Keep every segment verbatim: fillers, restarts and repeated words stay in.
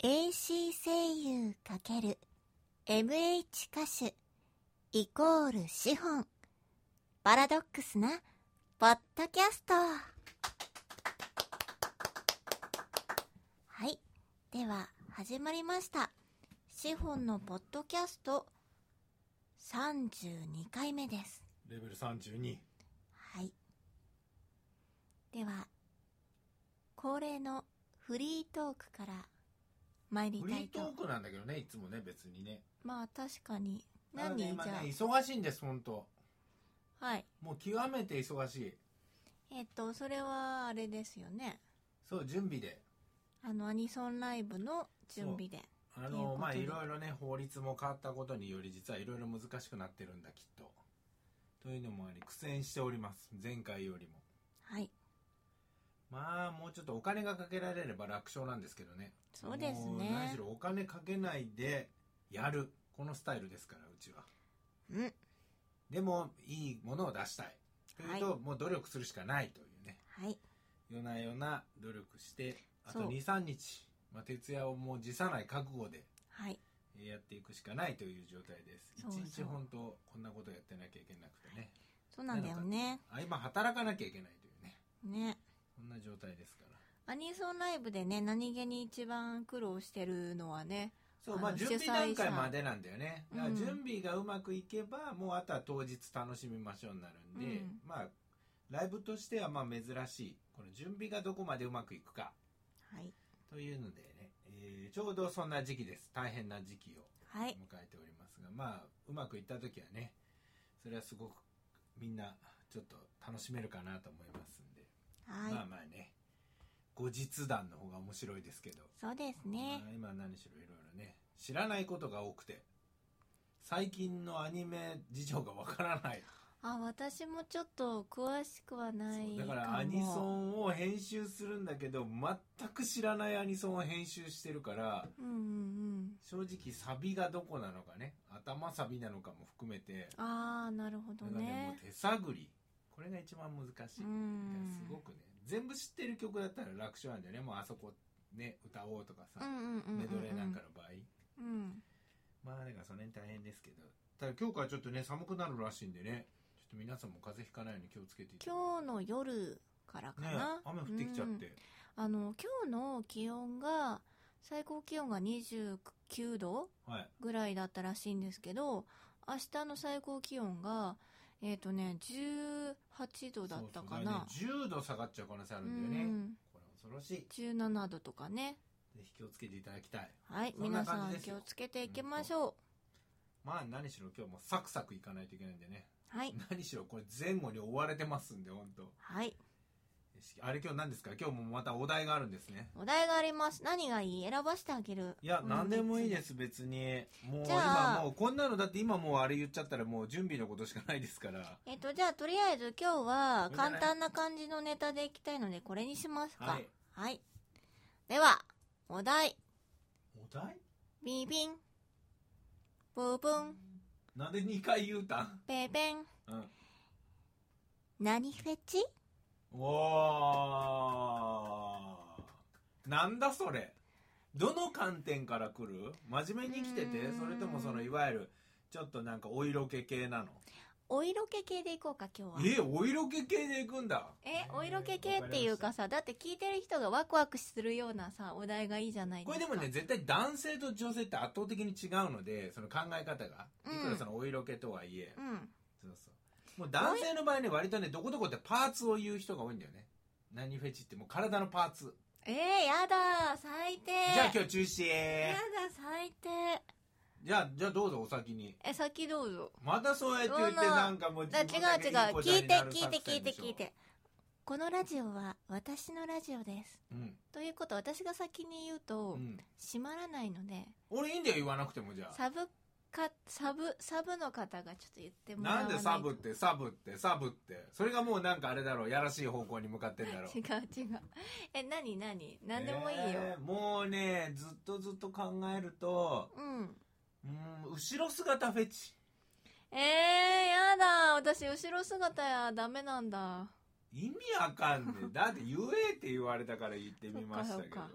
エーシー 声優×エムエイチ 歌手イコール資本パラドックスなポッドキャスト。はい、では始まりました。資本のポッドキャストさんじゅうにかいめです。 レベルさんじゅうに。 はい、では恒例のフリートークから参りたいと。 フリートークなんだけどね、いつもね、別にね。 まあ確かに。何、 ね、今じゃあね忙しいんです、本当。 はい、 もう極めて忙しい。 えっとそれはあれですよね。 そう、準備で、 あのアニソンライブの準備で。 あのまあいろいろね、法律も変わったことにより実はいろいろ難しくなってるんだ、きっと。というのもあり苦戦しております、前回よりも。 はい。 まあもうちょっとお金がかけられれば楽勝なんですけどね。 そうですね。 もう何しろお金かけないでやる、このスタイルですから、うちは。 うん。 でもいいものを出したいというと、はい、もう努力するしかないというね。 はい。 夜な夜な努力してあと にさんにち、まあ、徹夜をもう辞さない覚悟でやっていくしかないという状態です。いちにち本当こんなことやってなきゃいけなくてね。 そうなんだよね。 あ、今働かなきゃいけないというね。 ね。 こんな状態ですから。 アニソンライブでね、何気に一番苦労してるのはね、 そう、まあ準備段階までなんだよね。だから準備がうまくいけば、うん、もうあとは当日楽しみましょうになるんで、うん、まあライブとしてはまあ珍しいこの準備がどこまでうまくいくか、 はい、 というのでね、えー、ちょうどそんな時期です。大変な時期を迎えておりますが、はい、まあうまくいった時はね、それはすごくみんなちょっと楽しめるかなと思いますんで、はい、まあまあね、後日談の方が面白いですけど。 そうですね、 まあ、今何しろいろいろね知らないことが多くて、最近のアニメ事情がわからない。 あ、私もちょっと詳しくはないかも。 だからアニソンを編集するんだけど全く知らないアニソンを編集してるから、 うんうんうん、 正直サビがどこなのかね、頭サビなのかも含めて、 ああなるほどね、 だからね、もう手探り、これが一番難しい。うんすごくね、全部知ってる曲だったら楽勝なんだよね。もうあそこね歌おうとかさ、メドレーなんかの場合、うん、まあだからその辺大変ですけど、ただ今日からちょっとね寒くなるらしいんでね、ちょっと皆さんも風邪ひかないように気をつけていただいて。 今日の夜からかな、ね、 雨降ってきちゃって、 うん、あの今日の気温が最高気温がにじゅうきゅうどぐらいだったらしいんですけど、明日の最高気温がえっとねじゅうはちどだったかな。 そうそう、ね、じゅうど下がっちゃう可能性あるんだよね、うん、これ恐ろしい。 じゅうななどとかね、 ぜひ気をつけていただきたい。 はい、皆さん気をつけていきましょう、うん、 まあ何しろ今日もサクサクいかないといけないんでね、 はい、 何しろこれ前後に追われてますんで、本当。 はい。 あれ今日何ですか？今日もまたお題があるんですね。 お題があります。何がいい？選ばせてあげる。 いや、うん、何でもいいです、別に。もう今もうこんなのだって今もうあれ言っちゃったらもう準備のことしかないですから。 えっとじゃあとりあえず今日は簡単な感じのネタでいきたいのでこれにしますか。はい。はい、ではお題。 お題？ ビビン。ブブン。 なんでにかい言うたん？ ペペン。うん。何フェチ？ おー、なんだそれ。どの観点から来る？真面目に来てて、それともそのいわゆるちょっとなんかお色気系なの？ お色気系でいこうか今日は。 え、お色気系でいくんだ。 え、お色気系っていうかさ、だって聞いてる人がワクワクするようなさお題がいいじゃないですか。 これでもね、絶対男性と女性って圧倒的に違うので、その考え方が、うん、いくらそのお色気とはいえ、うん、そうそう、もう男性の場合ね、割とね、どこどこってパーツを言う人が多いんだよね。何フェチってもう体のパーツ。 えー、やだ最低。 じゃあ今日中止。 やだ最低。 じゃあじゃあどうぞお先に。 え、先どうぞ。 またそうやって言ってなんかもう自分だけいい子になる作戦でしょ。違う違う、聞いて聞いて聞いて聞いて。このラジオは私のラジオです、うん、ということは私が先に言うと、うん、閉まらないので。 俺いいんだよ言わなくても。じゃあサブかサブサブの方がちょっと言ってもらわないと。 なんでサブってサブってサブってそれがもうなんかあれだろう、やらしい方向に向かってんだろう。 違う違う。え、何何何でもいいよ、 えー、もうねずっとずっと考えると、うん、うん後ろ姿フェチ。 えー、やだ私後ろ姿やダメなんだ。 意味わかんねえ。だって言えって言われたから言ってみましたけど。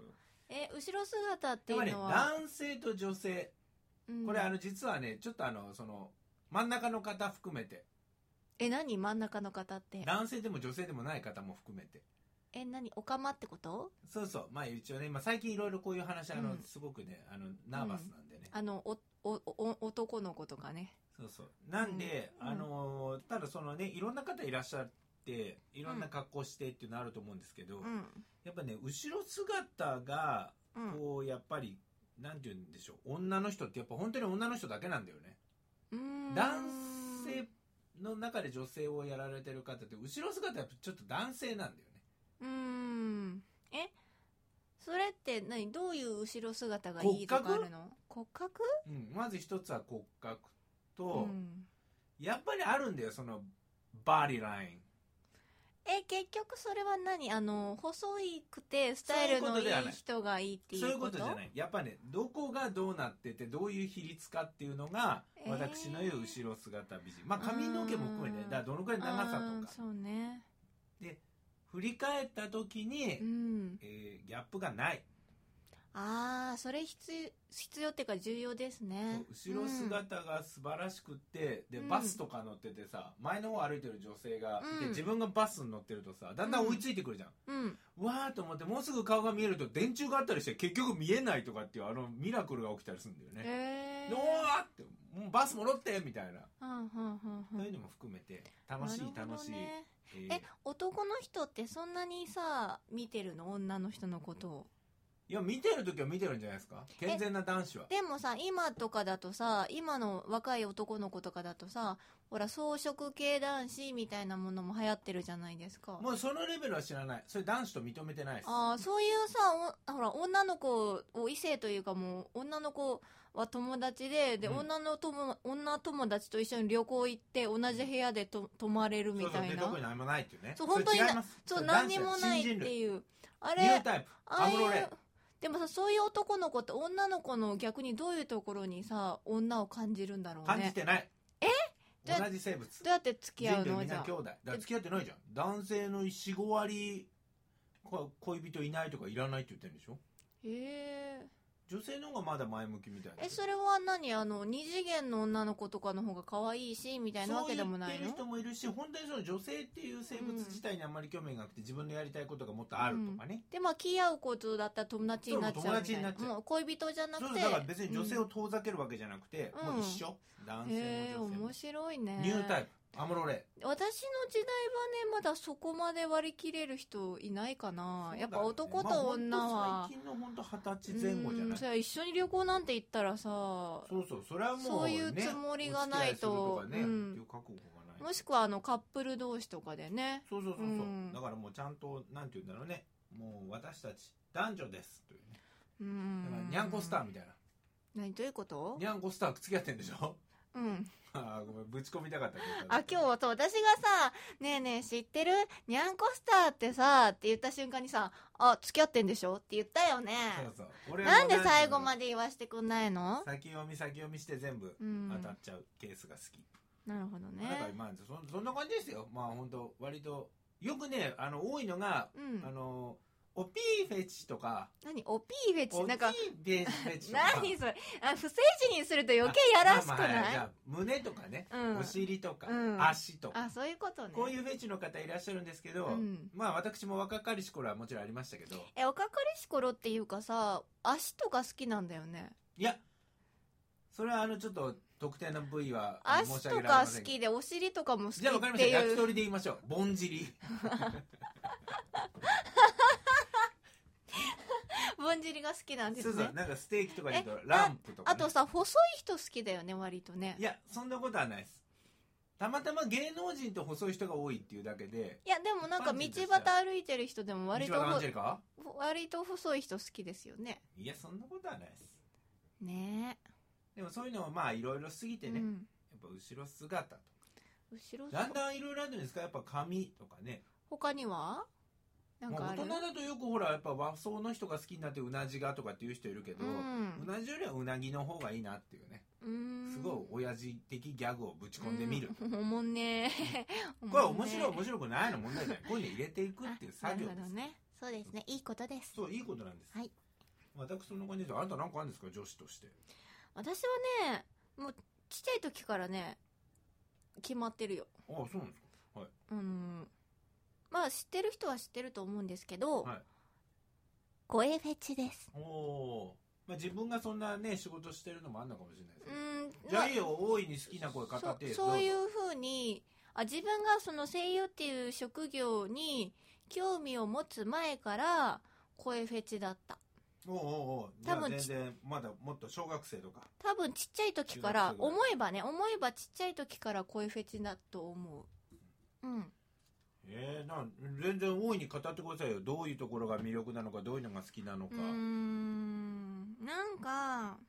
え後ろ姿っていやっぱり、ね、 うのは男性と女性、 うん、 これあの実はねちょっとあのその真ん中の方含めて、 え何真ん中の方って、 男性でも女性でもない方も含めて、 え何オカマってこと？ そうそう、まあ一応ね、まあ、最近いろいろこういう話、あの、うん、すごくねあのナーバスなんでね、 うん、あのおおお男の子とかね、 そうそうなんで、うん、あのただそのねいろんな方いらっしゃっていろんな格好してっていうのあると思うんですけど、うん、やっぱね後ろ姿がこうやっぱり、うん、なんて言うんでしょう、女の人ってやっぱ本当に女の人だけなんだよね。うーん、男性の中で女性をやられてる方って後ろ姿やっぱちょっと男性なんだよね。 うーん、えそれって何、どういう後ろ姿がいいとかあるの？骨格？ うん、まず一つは骨格と、うん、やっぱりあるんだよそのバディライン。 え結局それは何、あの細いくてスタイルのいい人がいいっていうこと？ そういうことじゃない。やっぱねどこがどうなっててどういう比率かっていうのが私の言う後ろ姿美人、えー、まあ髪の毛も含めて、だからどのくらい長さとか、 そうね、 で振り返った時に、うんえー、ギャップがない。 ああそれ必要、必要っていうか重要ですね。 後ろ姿が素晴らしくって、うん、でバスとか乗っててさ前の方歩いてる女性が、うん、で自分がバスに乗ってるとさだんだん追いついてくるじゃん、うんうん、わーと思ってもうすぐ顔が見えると電柱があったりして結局見えないとかっていうあのミラクルが起きたりするんだよね。へー、おーってもうバス戻ってみたいな、うんうんうんうん、そういうのも含めて楽しい楽しい、ねえー、え男の人ってそんなにさ見てるの、女の人のことを？ いや見てるときは見てるんじゃないですか、健全な男子は。 でもさ今とかだとさ、今の若い男の子とかだとさ、ほら装飾系男子みたいなものも流行ってるじゃないですか。 もうそのレベルは知らない、それ男子と認めてないです。 ああそういうさおほら女の子を異性というかもう女の子は友達でで、うん、女の友女友達と一緒に旅行行って同じ部屋でと泊まれるみたいな。そうそうで特に何もないっていうね。 そう本当にそう何にもないっていうあれニュータイプアムロレ。 でもさそういう男の子って女の子の逆にどういうところにさ女を感じるんだろうね。 感じてない。 え同じ生物。 どうやって付き合うの？ 人類みんな兄弟だから付き合ってないじゃん。男性の よん、ご割恋人いないとかいらないって言ってるんでしょ。へえ。女性の方がまだ前向きみたいな。 えそれは何、あの二次元の女の子とかの方が可愛いしみたいなわけでもないの？ そう言ってる人もいるし、本当にその女性っていう生物自体にあんまり興味がなくて、自分のやりたいことがもっとあるとかね、 うん、でまあ気合うことだったら友達になっちゃうみたいな。友達になっちゃう。もう恋人じゃなくて。 そうだから別に女性を遠ざけるわけじゃなくて、うん、もう一緒、男性も女性も。へー面白いね。 ニュータイプアムロレ。 私の時代はねまだそこまで割り切れる人いないかな、ね、やっぱ男と女は、 まあ、最近の本当二十歳前後じゃない。 それ一緒に旅行なんて行ったらさ、 そうそうそれはもう、ね、 そういうつもりがないと、 ねうん、いう覚悟がない。 もしくはあのカップル同士とかでね。 そうそうそうそう、うん、だからもうちゃんとなんて言うんだろうね、もう私たち男女ですというね、うんだからニャンコスターみたいな。 何どういうこと？ ニャンコスター付き合ってんでしょ。 うんあごめんぶち込みたかったけど。あ今日と私がさねえねえ知ってるニャンコスターってさって言った瞬間にさあ付き合ってんでしょって言ったよね。 そうそう俺なんで最後まで言わしてくんないの？ 先読み先読みして全部当たっちゃうケースが好き、 うん、なるほどね。 だからまあ そ, そんな感じですよ。まあ本当割とよくねあの多いのが、うん、あのオピーフェチとか。 何オピーフェチなんかオピーフェチとか何それあ不正字にすると余計やらしくない？まあまあ、じゃあ胸とかね、うん、お尻とか、うん、足とかあそういうことね。 こういうフェチの方いらっしゃるんですけど、うん、まあ私も若かりし頃はもちろんありましたけど。 え若かりし頃っていうかさ足とか好きなんだよね。 いやそれはあのちょっと特定の部位は申し上げられません。足とか好きでお尻とかも好きっていう。 じゃあ分かりました焼き鳥で言いましょう。ぼんじりぼんじりが好きなんですね。 そうそうなんかステーキとかで言うとランプとか、 ね、あ, あとさ細い人好きだよね割とね。 いやそんなことはないです。たまたま芸能人と細い人が多いっていうだけで。 いやでもなんか道端歩いてる人でも割と割と細い人好きですよね。 いやそんなことはないですね。 でもそういうのもまあいろいろすぎてね、うん、やっぱ後ろ姿とか後ろだんだんいろいろあるんですか。やっぱ髪とかね。 他にはなんかある？ 大人だとよくほらやっぱ和装の人が好きになってうなじがとかっていう人いるけど、うん、うなじよりはうなぎの方がいいなっていうね。うーんすごい親父的ギャグをぶち込んでみる。 うん、おもんねーこれ面白い面白くないの問題じゃない。こういうの入れていくっていう作業です。 なるほどね。そうですねいいことです。 そういいことなんです。 はい私そんな感じです。あなた何かあるんですか、女子として。 私はね、もうちっちゃい時からね決まってるよ。 ああ、そうなんですか。はい。 うん、まあ知ってる人は知ってると思うんですけど、 はい、 声フェチです。 おお、まあ、自分がそんなね仕事してるのもあるのかもしれないですね。 うん、 じゃあいいよ、大いに好きな声語って。 そ, そういうふうに、あ、自分がその声優っていう職業に興味を持つ前から声フェチだった。 おうおうおう、多分全然まだもっと小学生とか、 多分ちっちゃい時から、思えばね思えばちっちゃい時から声フェチだと思う。うん。 えー、なん全然大いに語ってくださいよ。どういうところが魅力なのか、どういうのが好きなのか。 うーん、なんか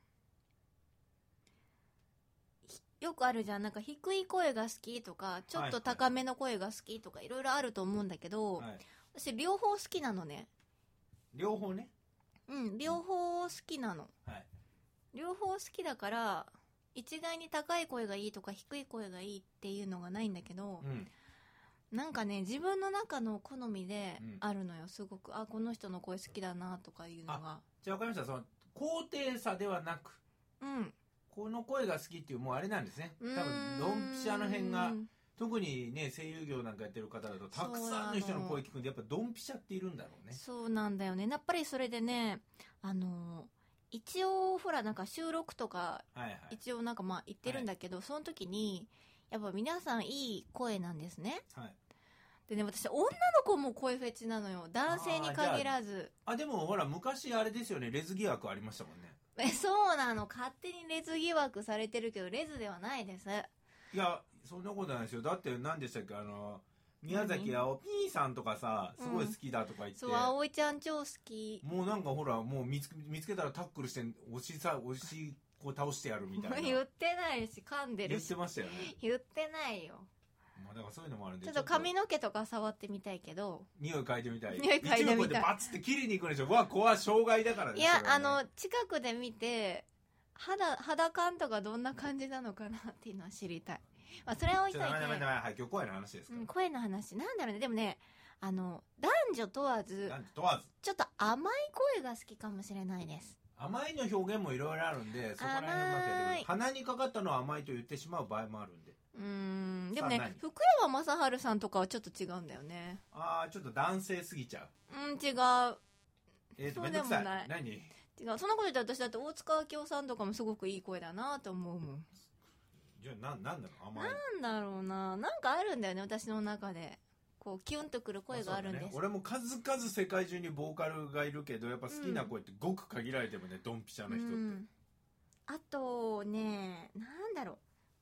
よくあるじゃん、なんか低い声が好きとかちょっと高めの声が好きとかいろいろあると思うんだけど、はい、私両方好きなのね。 両方ね。 うん、両方好きなの、 はい、 両方好きだから一概に高い声がいいとか低い声がいいっていうのがないんだけど、うん、なんかね自分の中の好みであるのよ、すごく。あ、この人の声好きだなとかいうのが。 じゃあ分かりました。その高低差ではなく、うん、この声が好きっていうもうあれなんですね。多分ドンピシャの辺が、特にね声優業なんかやってる方だとたくさんの人の声聞くんで、やっぱドンピシャっているんだろうね。 そうなんだよね。やっぱりそれでね、あの一応ほらなんか収録とか、はいはい、一応なんかまあ言ってるんだけど、はい、その時にやっぱ皆さんいい声なんですね。はい。でね、私女の子も声フェチなのよ、男性に限らず。 あ, あでもほら昔あれですよね、レズ疑惑ありましたもんね。 え、そうなの。勝手にレズ疑惑されてるけどレズではないです。 いやそんなことないですよ。だって何でしたっけ、あの宮崎あおぴーさんとかさ、すごい好きだとか言って、 うん、そう、あおいちゃん超好き。 もうなんかほらもう見つ, 見つけたらタックルして押しさ押しこう倒してやるみたいな。 言ってないし噛んでるし。 言ってましたよね。 言ってないよ。 まあ、だからそういうのもあるんで、 ちょっと髪の毛とか触ってみたいけど、 匂い嗅いでみたい。 匂い嗅いでみたい。 バツって切りに行くんでしょ。うわ、怖い、障害だからね。 いや、あの近くで見て肌肌感とかどんな感じなのかなっていうのは知りたい。まあ、それは置いといて。 はい、今日声の話ですから、 うん、声の話なんだろうね。でもね、あの男女問わず、 男女問わずちょっと甘い声が好きかもしれないです。 甘いの表現もいろいろあるんで、そこら辺うまくやってくる。鼻にかかったのは甘いと言ってしまう場合もあるんで。 うーん、でもね、福山雅治さんとかはちょっと違うんだよね。 ああ、ちょっと男性すぎちゃう。うん、違う。 えーと、めんどくさい。何？ 違う。そんなこと言ったら私だって大塚明夫さんとかもすごくいい声だなと思うもん。 じゃあ、な、なんだろう、甘い。 なんだろうな。なんかあるんだよね、私の中で。こう、キュンとくる声があるんです。ね、 俺も数々世界中にボーカルがいるけど、やっぱ好きな声ってごく限られてもね、ドンピシャな人って。うん、 あとね、なんだろう。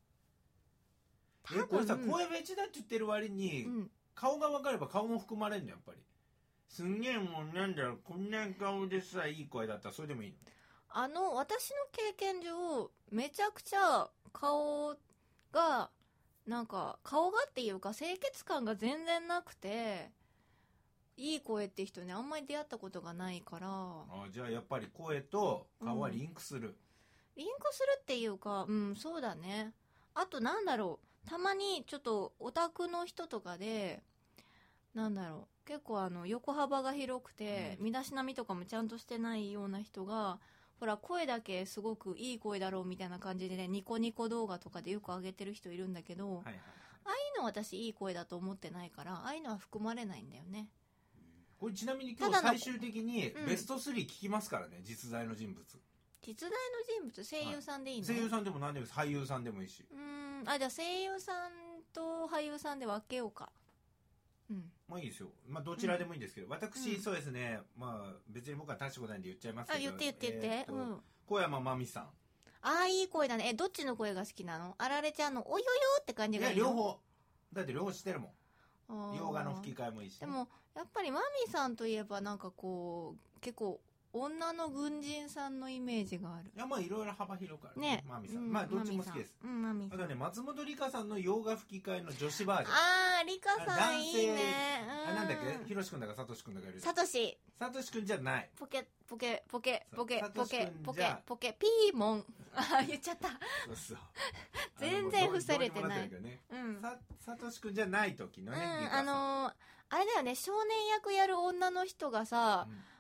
え、これさ、声フェチだって言ってる割に、うん、顔が分かれば顔も含まれるのやっぱり。すんげえもうなんだろう、こんな顔でさ、いい声だったらそれでもいいの？ あの、私の経験上、めちゃくちゃ顔が、なんか、顔がっていうか清潔感が全然なくて、いい声って人にあんまり出会ったことがないから。あ、 じゃあやっぱり声と顔はリンクする。うん、 リンクするっていうか、うん、そうだね。あとなんだろう。たまにちょっとオタクの人とかで、なんだろう、結構あの横幅が広くて、うん、身だしなみとかもちゃんとしてないような人が、ほら声だけすごくいい声だろうみたいな感じでね、ニコニコ動画とかでよく上げてる人いるんだけど、はいはい、ああいうの私いい声だと思ってないから、ああいうのは含まれないんだよね。 これちなみに今日最終的にベストスリー聞きますからね、うん、実在の人物。 実在の人物、声優さんでいいの？ はい、声優さんでも何でもいいです。俳優さんでもいいし。 うーん、あ、じゃあ声優さんと俳優さんで分けようか。うん。 まあいいですよ。まあどちらでもいいんですけど、うん、私、うん、そうですね、まあ別に僕は大したことないんで言っちゃいますけど。 あ、言って言って言って。えー、うん。 小山真美さん。 ああ、いい声だね。え、どっちの声が好きなの？あられちゃんのおよよって感じがいいの？ いや、両方。だって両方知ってるもん。洋画の吹き替えもいいし、ね。 でも、やっぱりマミさんといえばなんかこう、結構、女の軍人さんのイメージがある。 いや、まあいろいろ幅広くあるね。ね、マミさん。うん、まあどっちも好きです。 うん、マミさん。 あとね、松本里香さんの洋画吹き替えの女子バージョン。 ああ、里香さんいいね。 あ、なんだっけ、ひろしくんだかさとしくんだかいる。 さとし。 さとしくんじゃない。 ポケ、ポケ、ポケ、ポケ、ポケ、ポケ、ポケ、ピーモン。あ、言っちゃった。 そうそう。 全然伏されてない。 うん。さ、さとしくんじゃない時のね。 うん、あのー、あれだよね、少年役やる女の人がさ、うん、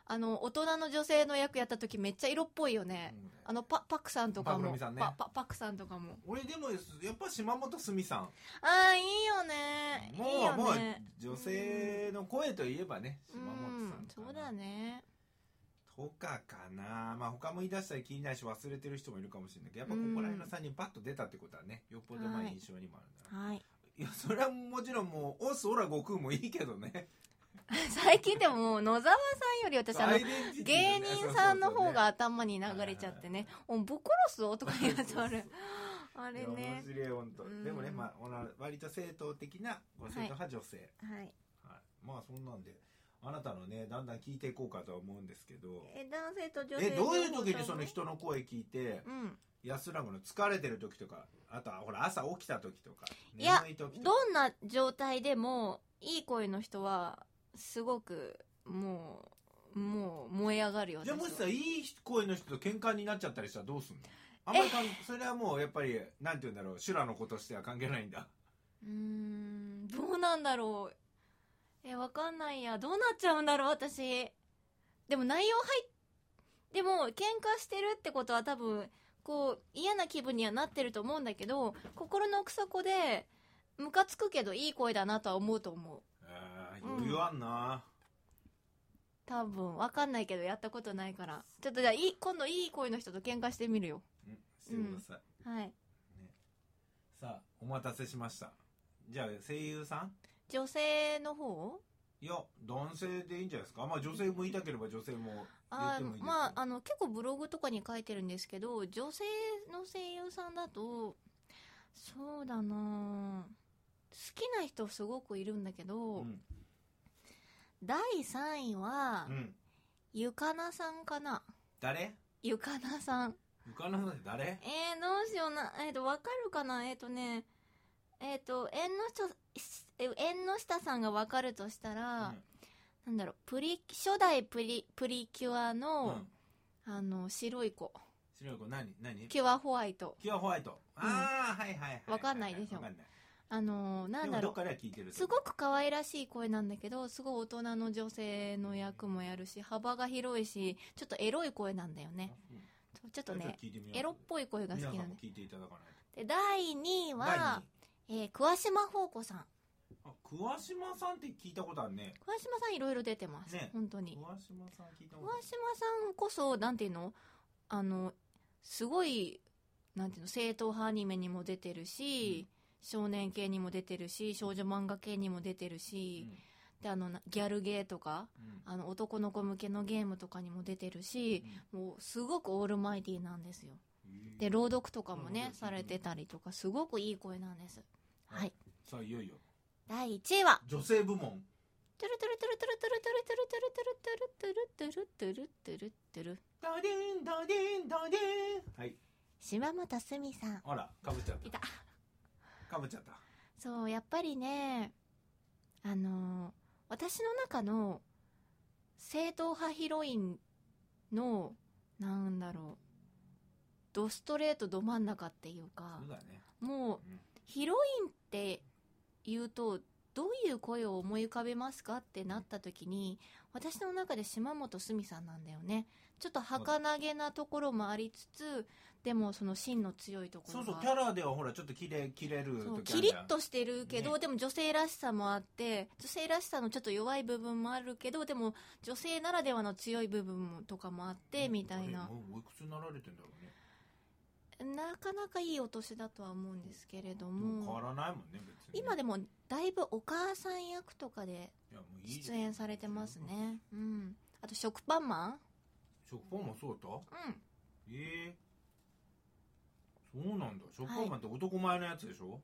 あの大人の女性の役やった時めっちゃ色っぽいよね、うん、あの パ, パクさんとかもパ, ね、 パ, パ, パクさんとかも俺でもやっぱ島本すみさんああいいよねもういいよねもう女性の声といえばね、うん、島本さん、 うん、そうだねとかかな、まあ他も言い出したら気にないし忘れてる人もいるかもしれないけどやっぱここら辺のさんにんパッと出たってことはねよっぽどまあ印象にもあるんだな、 はい、 いやそれはもちろんもうオスオラ悟空もいいけどね最近でももう野沢さんより私あの芸人さんの方が頭に流れちゃってね「おぶっ殺すぞ」とか言うとあれあれね面白い本当、うん、でもね、まあ、割と正統的な正統派女性、 はい、はい、 はい、まあそんなんであなたのねだんだん聞いていこうかとは思うんですけどえ男性と女性えどういう時にその人の声聞いて、 うん、 安らぐの疲れてる時とかあとはほら朝起きた時とかいやどんな状態でもいい声の人はすごくもうもう燃え上がるよ。 じゃあもしさいい声の人と喧嘩になっちゃったりしたらどうすんの？あんまりかんそれはもうやっぱりなんて言うんだろう修羅の子としては関係ないんだ。 うーんどうなんだろうえわかんないやどうなっちゃうんだろう私。でも内容入っでも喧嘩してるってことは多分こう嫌な気分にはなってると思うんだけど心の奥底でムカつくけどいい声だなとは思うと思う。 余裕あんな、 うん、多分わかんないけどやったことないからちょっとじゃあいい今度いい声の人と喧嘩してみるよ。 うんしてください、 うん、はい、ね、 さあお待たせしました。じゃあ声優さん女性の方いや男性でいいんじゃないですか。まあ女性も言いたければ女性も言ってもいいです。 まああの結構ブログとかに書いてるんですけど女性の声優さんだとそうだな好きな人すごくいるんだけど、うん、だいさんいは、うん、ゆかなさんかな。 誰？ ゆかなさん。 ゆかなさんって誰？ えー、どうしような。えっ、ー、と、わかるかな。えっ、ー、とね、えっ、ー、と、縁の下、縁の下さんがわかるとしたら、うん、なんだろう、プリ、初代プリ、プリキュアの、うん、あの、白い子。 白い子、何？何？ キュアホワイト。 キュアホワイト。ああ、うん、はいはいはい。 わかんないでしょ。 わかんない。 あのー、なんだろうすごく可愛らしい声なんだけどすごい大人の女性の役もやるし幅が広いしちょっとエロい声なんだよね、うん、ちょっとねエロっぽい声が好きなんででだいにいは、えー、桑島宝子さん。 あ桑島さんって聞いたことあるね。 桑島さんいろいろ出てます、ね、本当に桑島さん聞いたことある。 桑島さんこそなんていうのあのすごいなんていうの正統派アニメにも出てるし、うん少年系にも出てるし少女漫画系にも出てるし、うん、であのギャルゲーとか、うん、あの男の子向けのゲームとかにも出てるし、うん、もうすごくオールマイティーなんですよ。で朗読とかもね、されてたりとかすごくいい声なんです。はい。 さあいよいよだいいちいは女性部門。 トゥルトゥルトゥルトゥルトゥルトゥルトゥルトゥルトゥルトゥルトゥルトゥルトゥルトゥルトゥルトゥルダデンダデンダデン。はい。 島本すみさん。 あらかぶっちゃった。 いた。 かぶっちゃった。 そうやっぱりねあのー、私の中の正統派ヒロインのなんだろうドストレートど真ん中っていうかそうだね、 もう、うん、ヒロインって言うとどういう声を思い浮かべますかってなった時に私の中で島本すみさんなんだよね。ちょっと儚げなところもありつつでもその芯の強いところがそうそうキャラではほらちょっとキレキレる時あるキリッとしてるけど、ね、でも女性らしさもあって女性らしさのちょっと弱い部分もあるけどでも女性ならではの強い部分とかもあって、うん、みたいな。 もうおいくつになられてんだろうね。 なかなかいいお年だとは思うんですけれども変わらないもんね別に。 今でもだいぶお母さん役とかで出演されてますね。うん、あと食パンマン食パンマンそうだった？ うんえー、そうなんだ。食パンマンって男前のやつでしょ、はい、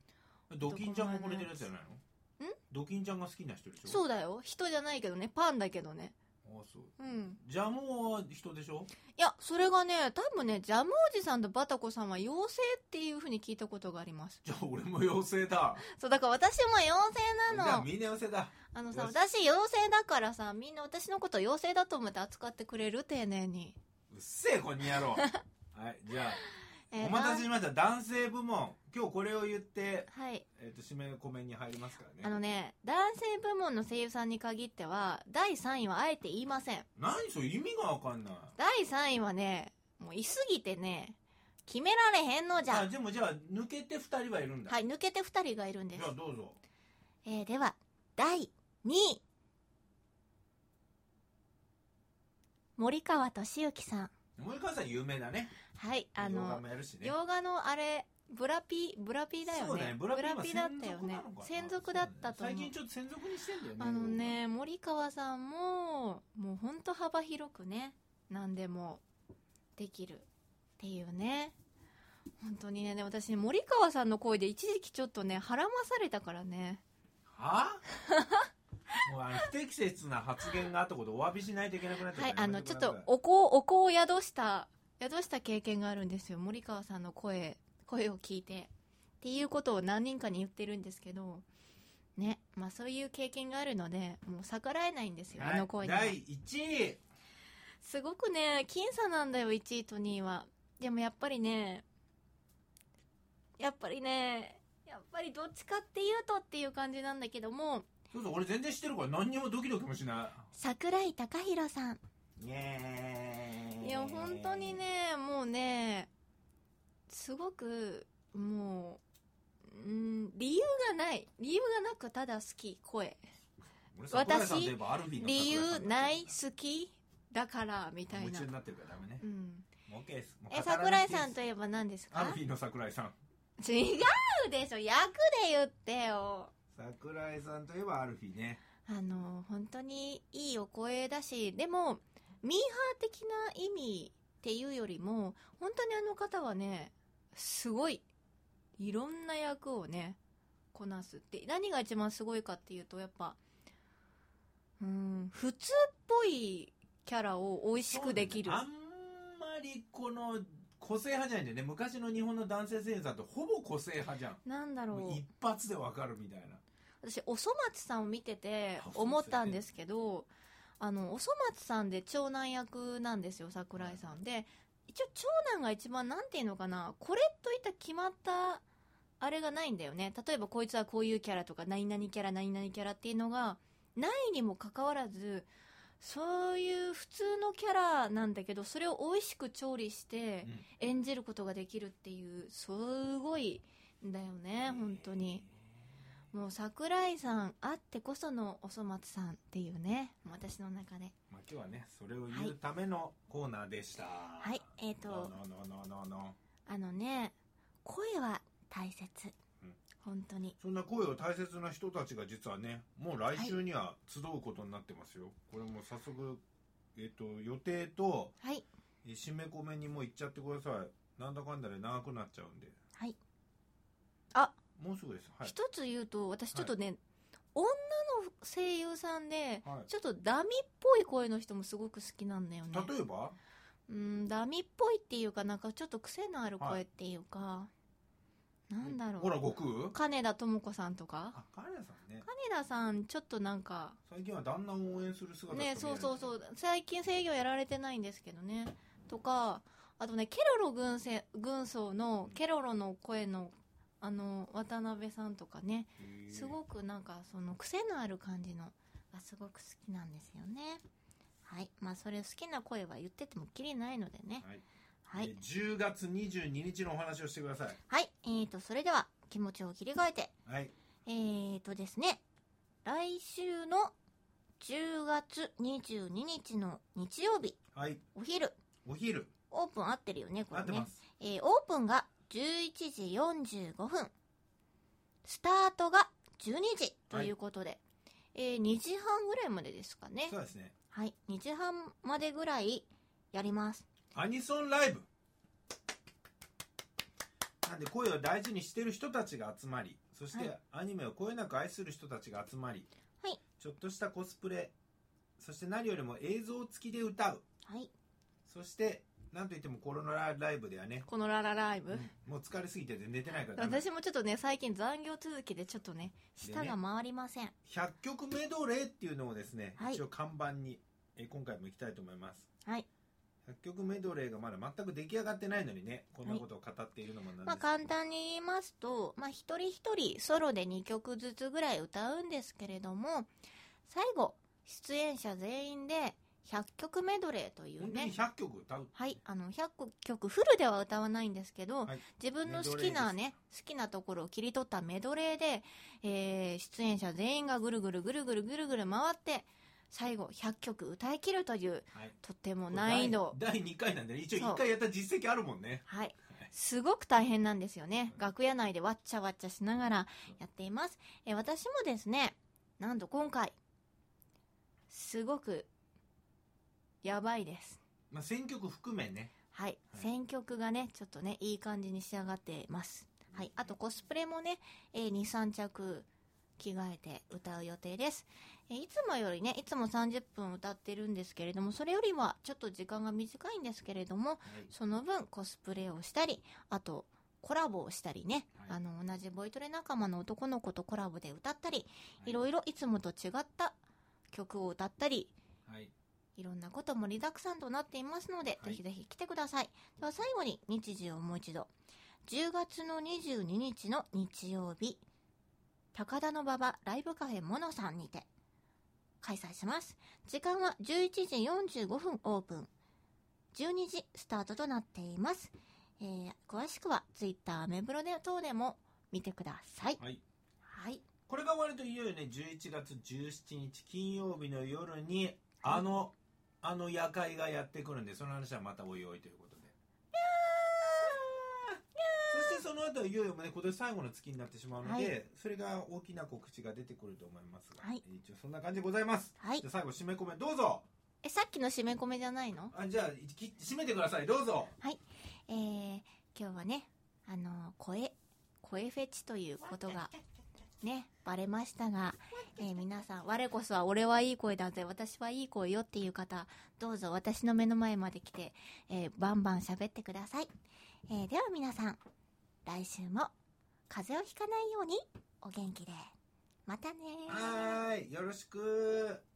ドキンちゃんがこれてるやつじゃないの？んドキンちゃんが好きな人でしょ？ そうだよ人じゃないけどねパンだけどね。 ああそう、 うん、 ジャムは人でしょ？ いやそれがね多分ねジャムおじさんとバタコさんは妖精っていう風に聞いたことがあります。 じゃあ俺も妖精だ。 そうだから私も妖精なの。 じゃあみんな妖精だ。 あのさ私妖精だからさみんな私のこと妖精だと思って扱ってくれる丁寧に。 うっせえこんにやろうはいじゃあ、えー、お待たせしました男性部門今日これを言って、 はい、 えー、と締めコメに入りますからね。 あのね、男性部門の声優さんに限ってはだいさんいはあえて言いません。 何それ意味が分かんない。 だいさんいはね、もういすぎてね決められへんのじゃ。 あ、でもじゃあ抜けてふたりはいるんだ。 はい、抜けてふたりがいるんです。 じゃあどうぞ。 えー、ではだいにい、森川俊之さん。 森川さん有名だね。 はい、あの洋画もやるしね。 洋画のあれブラピブラピだよね。 そうだね、ブラピ、 ブラピだったよね。専属だったと思う。 最近ちょっと専属にしてんだよね。 あのね、森川さんももうほんと幅広くね、何でもできるっていうね。本当にね、で私森川さんの声で一時期ちょっとねはらまされたからね。 はもうあの不適切な発言があったことをお詫びしないといけなくなっちゃう。 はい、あのちょっとお香お香を宿した宿した経験があるんですよ。森川さんの声声を聞いてっていうことを何人かに言ってるんですけどね。まあそういう経験があるのでもう逆らえないんですよ、はい、あの声には。 だいいちい、 すごくね僅差なんだよ、いちいとにいは。でもやっぱりねやっぱりねやっぱりどっちかっていうとっていう感じなんだけども、 そうそう、俺全然知ってるから何にもドキドキもしない。 桜井貴弘さん。 イエーイ。 いや本当にね、もうねすごくもう、うん、理由がない理由がなくただ好き声。私理由ない好きだからみたいな。 夢中になってるからダメね。うん。もう OK です。 え、桜井さんといえば何ですか？ アルフィーの桜井さん。 違うでしょ、役で言ってよ。 桜井さんといえばアルフィーね。 あの本当にいいお声だし、でもミーハー的な意味っていうよりも本当にあの方はねすごいいろんな役をねこなすって。何が一番すごいかっていうとやっぱうーん普通っぽいキャラを美味しくできる、 ね、あんまりこの個性派じゃないんだよね。昔の日本の男性声優さんってほぼ個性派じゃん。 なんだろう、 一発でわかるみたいな。 私おそ松さんを見てて思ったんですけど、あのおそ松さんで長男役なんですよ、桜井さんで。一応長男が一番なんていうのかな、これといった決まったあれがないんだよね。例えばこいつはこういうキャラとか何々キャラ何々キャラっていうのがないにもかかわらず、そういう普通のキャラなんだけどそれを美味しく調理して演じることができるっていう、すごいんだよね本当に。もう桜井さんあってこそのおそ松さんっていうね、私の中で。 まあ、今日はねそれを言うためのコーナーでした。 はい、えーとのののののあのね声は大切、うん、本当に。 そんな声を大切な人たちが実はねもう来週には集うことになってますよ、はい、これも早速、えーと予定と、 はい、 締め込めにも行っちゃってください。なんだかんだで長くなっちゃうんで。 はい。あ、 もうすぐです。はい、 一つ言うと私ちょっとね、はい、女の声優さんで、はい、ちょっとダミっぽい声の人もすごく好きなんだよね。 例えばうん、ダミっぽいっていうかなんかちょっと癖のある声っていうか、はい、なんだろう、 ほら悟空金田朋子さんとか。 あ、金田さんね。 金田さんちょっとなんか最近は旦那を応援する姿ね、そうそうそう、最近制御やられてないんですけどねとか、あとねケロロ軍せ軍曹のケロロの声のあの渡辺さんとかね、すごくなんかその癖のある感じのがすごく好きなんですよね。はい、まあそれ好きな声は言っててもきりないのでね。 はい、はい、じゅうがつにじゅうににちのお話をしてください。 はい、えーとそれでは気持ちを切り替えて、 はい、 えーとですね来週のじゅうがつにじゅうににちの日曜日、 はい、 お昼お昼オープン合ってるよねこれね。 合ってます。 えー、オープンがじゅういちじよんじゅうごふん、スタートがじゅうにじということで、はい、えー、にじはんぐらいまでですかね。 そうですね。 はい、にじはんまでぐらいやります。 アニソンライブなんで声を大事にしてる人たちが集まり、そしてアニメをこよなく愛する人たちが集まり、 はい、 ちょっとしたコスプレ、そして何よりも映像付きで歌う、 はい、 そしてなんといってもコロナライブではね、 このララライブ、うん、 もう疲れすぎて寝てないから。 私もちょっとね最近残業続きでちょっとね舌が回りません、ね、 ひゃっきょくメドレーっていうのをですね、 はい、 一応看板にえ今回も行きたいと思います。 はい、 ひゃっきょくメドレーがまだ全く出来上がってないのにね、こんなことを語っているのもなんです、 まあ、簡単に言いますと、まあ、一人一人ソロでにきょくずつぐらい歌うんですけれども、最後出演者全員でひゃっきょくメドレーというね、 本当にひゃっきょく歌う、 はい、あのひゃっきょくフルでは歌わないんですけど、 はい、 自分の好きなね好きなところを切り取ったメドレーで、えー、出演者全員がぐるぐるぐるぐるぐるぐる回って最後ひゃっきょく歌い切るという、はい、とっても難易度だいにかいなんで一応いっかいやった実績あるもんね。 はい、すごく大変なんですよね。楽屋内でわっちゃわっちゃしながらやっています。え私もですね、なんと今回すごくやばいです。 まあ、選曲含めね。 はい、はい、選曲がねちょっとねいい感じに仕上がっています。はい、あとコスプレもね、えー、にさんちゃく着替えて歌う予定です。えいつもよりねいつもさんじゅっぷん歌ってるんですけれども、それよりはちょっと時間が短いんですけれども、はい、その分コスプレをしたり、あとコラボをしたりね、はい、あの同じボイトレ仲間の男の子とコラボで歌ったり、はい、いろいろいつもと違った曲を歌ったり、はい、いろんなこと盛りだくさんとなっていますので、はい、ぜひぜひ来てください。では最後に日時をもう一度、じゅうがつのにじゅうににちの日曜日、高田馬場ライブカフェモノさんにて開催します。時間はじゅういちじよんじゅうごふんオープン、じゅうにじスタートとなっています。えー、詳しくはツイッター、アメブロで等でも見てください。はい、はい、これが終わるといよいよね、じゅういちがつじゅうしちにち金曜日の夜に、はい、あのあの夜会がやってくるんで、その話はまたおいおいということで、そしてその後はいよいよね今年最後の月になってしまうので、はい、それが大きな告知が出てくると思いますが、はい、一応そんな感じでございます。はい、じゃあ最後締め込めどうぞ。 えさっきの締め込めじゃないの？ あ、じゃあ締めてください、どうぞ。 はい、えー、今日はねあの声声フェチということがねバレましたが、えー、皆さん我こそは俺はいい声だぜ、私はいい声よっていう方、どうぞ私の目の前まで来て、えー、バンバン喋ってください。えー、では皆さん、来週も風邪をひかないようにお元気で、またね。 はーい、よろしく。